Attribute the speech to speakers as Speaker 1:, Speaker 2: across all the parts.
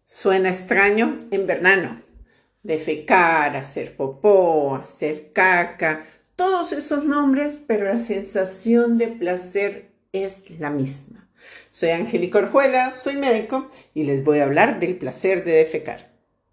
Speaker 1: Suena extraño, en verdad no. Defecar, hacer popó, hacer caca, todos esos nombres, pero la sensación de placer es la misma. Soy Angélica Orjuela, soy médico y les voy a hablar del placer de defecar.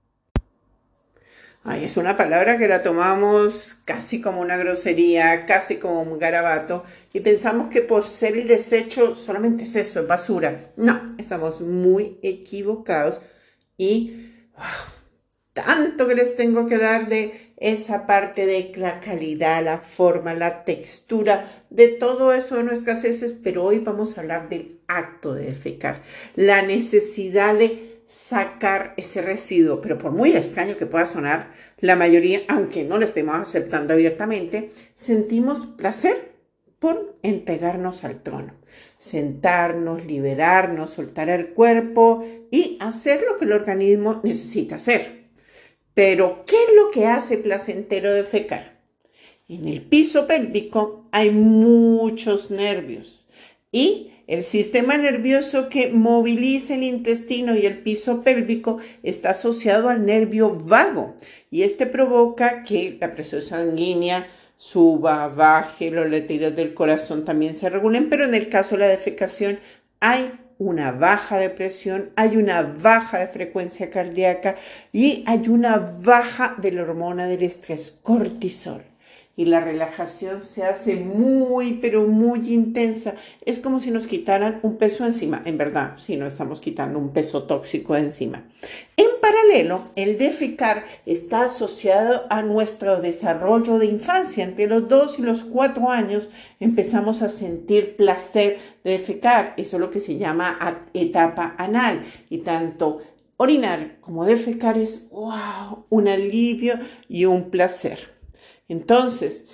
Speaker 1: Ay, es una palabra que la tomamos casi como una grosería, casi como un garabato, y pensamos que por ser el desecho solamente es eso, es basura. No, estamos muy equivocados y tanto que les tengo que dar de esa parte de la calidad, la forma, la textura, de todo eso de nuestras heces, pero hoy vamos a hablar del acto de defecar, la necesidad de sacar ese residuo, pero por muy extraño que pueda sonar, la mayoría, aunque no lo estemos aceptando abiertamente, sentimos placer por entregarnos al trono, sentarnos, liberarnos, soltar el cuerpo y hacer lo que el organismo necesita hacer. Pero, ¿qué es lo que hace placentero defecar? En el piso pélvico hay muchos nervios y el sistema nervioso que moviliza el intestino y el piso pélvico está asociado al nervio vago y este provoca que la presión sanguínea suba, baje, los latidos del corazón también se regulen, pero en el caso de la defecación hay una baja de presión, hay una baja de frecuencia cardíaca y hay una baja de la hormona del estrés, cortisol. Y la relajación se hace muy, pero muy intensa. Es como si nos quitaran un peso encima. En verdad, si no estamos quitando un peso tóxico encima. En paralelo, el defecar está asociado a nuestro desarrollo de infancia. Entre los 2 y los 4 años empezamos a sentir placer de defecar. Eso es lo que se llama etapa anal. Y tanto orinar como defecar es wow, un alivio y un placer. Entonces,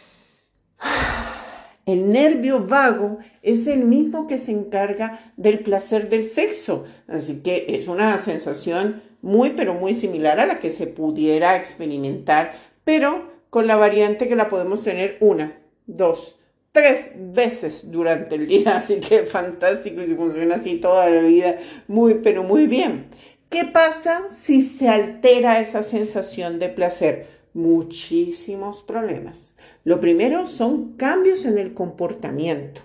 Speaker 1: el nervio vago es el mismo que se encarga del placer del sexo, así que es una sensación muy, pero muy similar a la que se pudiera experimentar, pero con la variante que la podemos tener 1, 2, 3 veces durante el día, así que fantástico y se funciona así toda la vida, muy, pero muy bien. ¿Qué pasa si se altera esa sensación de placer? Muchísimos problemas. Lo primero son cambios en el comportamiento.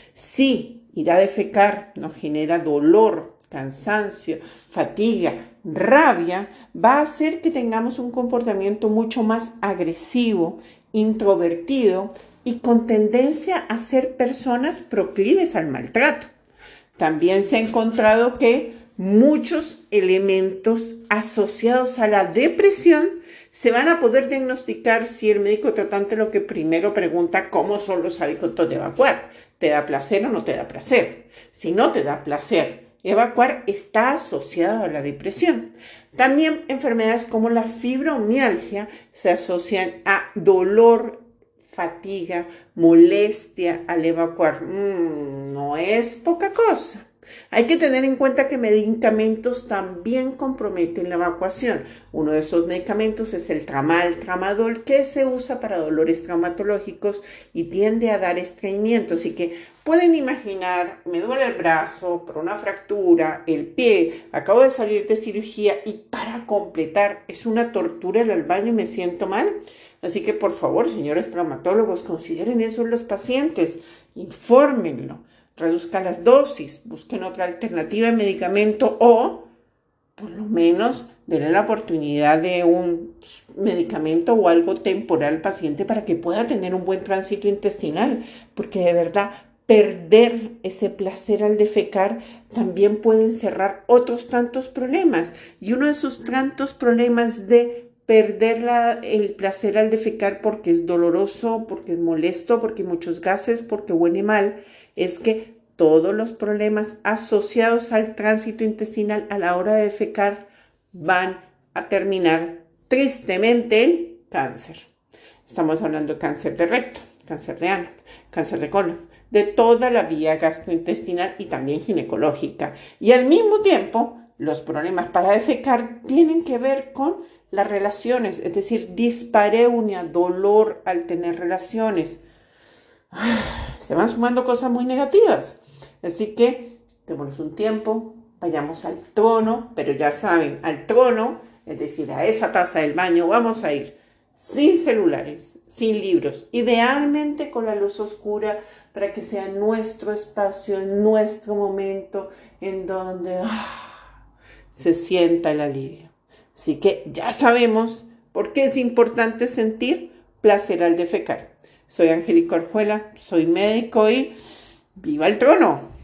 Speaker 1: Si ir a defecar nos genera dolor, cansancio, fatiga, rabia, va a hacer que tengamos un comportamiento mucho más agresivo, introvertido y con tendencia a ser personas proclives al maltrato. También se ha encontrado que muchos elementos asociados a la depresión se van a poder diagnosticar si el médico tratante lo que primero pregunta cómo son los hábitos de evacuar. ¿Te da placer o no te da placer? Si no te da placer, evacuar está asociado a la depresión. También enfermedades como la fibromialgia se asocian a dolor, fatiga, molestia al evacuar. No es poca cosa. Hay que tener en cuenta que medicamentos también comprometen la evacuación. Uno de esos medicamentos es el tramadol, que se usa para dolores traumatológicos y tiende a dar estreñimiento. Así que pueden imaginar, me duele el brazo por una fractura, el pie, acabo de salir de cirugía y para completar es una tortura ir al baño y me siento mal. Así que por favor, señores traumatólogos, consideren eso en los pacientes, infórmenlo. Reduzcan las dosis, busquen otra alternativa de medicamento o por lo menos denle la oportunidad de un medicamento o algo temporal al paciente para que pueda tener un buen tránsito intestinal, porque de verdad perder ese placer al defecar también puede encerrar otros tantos problemas y uno de esos tantos problemas de perder el placer al defecar porque es doloroso, porque es molesto, porque hay muchos gases, porque huele mal, es que todos los problemas asociados al tránsito intestinal a la hora de defecar van a terminar tristemente en cáncer. Estamos hablando de cáncer de recto, cáncer de ano, cáncer de colon, de toda la vía gastrointestinal y también ginecológica. Y al mismo tiempo, los problemas para defecar tienen que ver con las relaciones, es decir, dispareunia, dolor al tener relaciones. Se van sumando cosas muy negativas. Así que démonos un tiempo, vayamos al trono, pero ya saben, al trono, es decir, a esa taza del baño, vamos a ir sin celulares, sin libros, idealmente con la luz oscura para que sea nuestro espacio, nuestro momento en donde se sienta el alivio. Así que ya sabemos por qué es importante sentir placer al defecar. Soy Angélica Orjuela, soy médico y ¡viva el trono!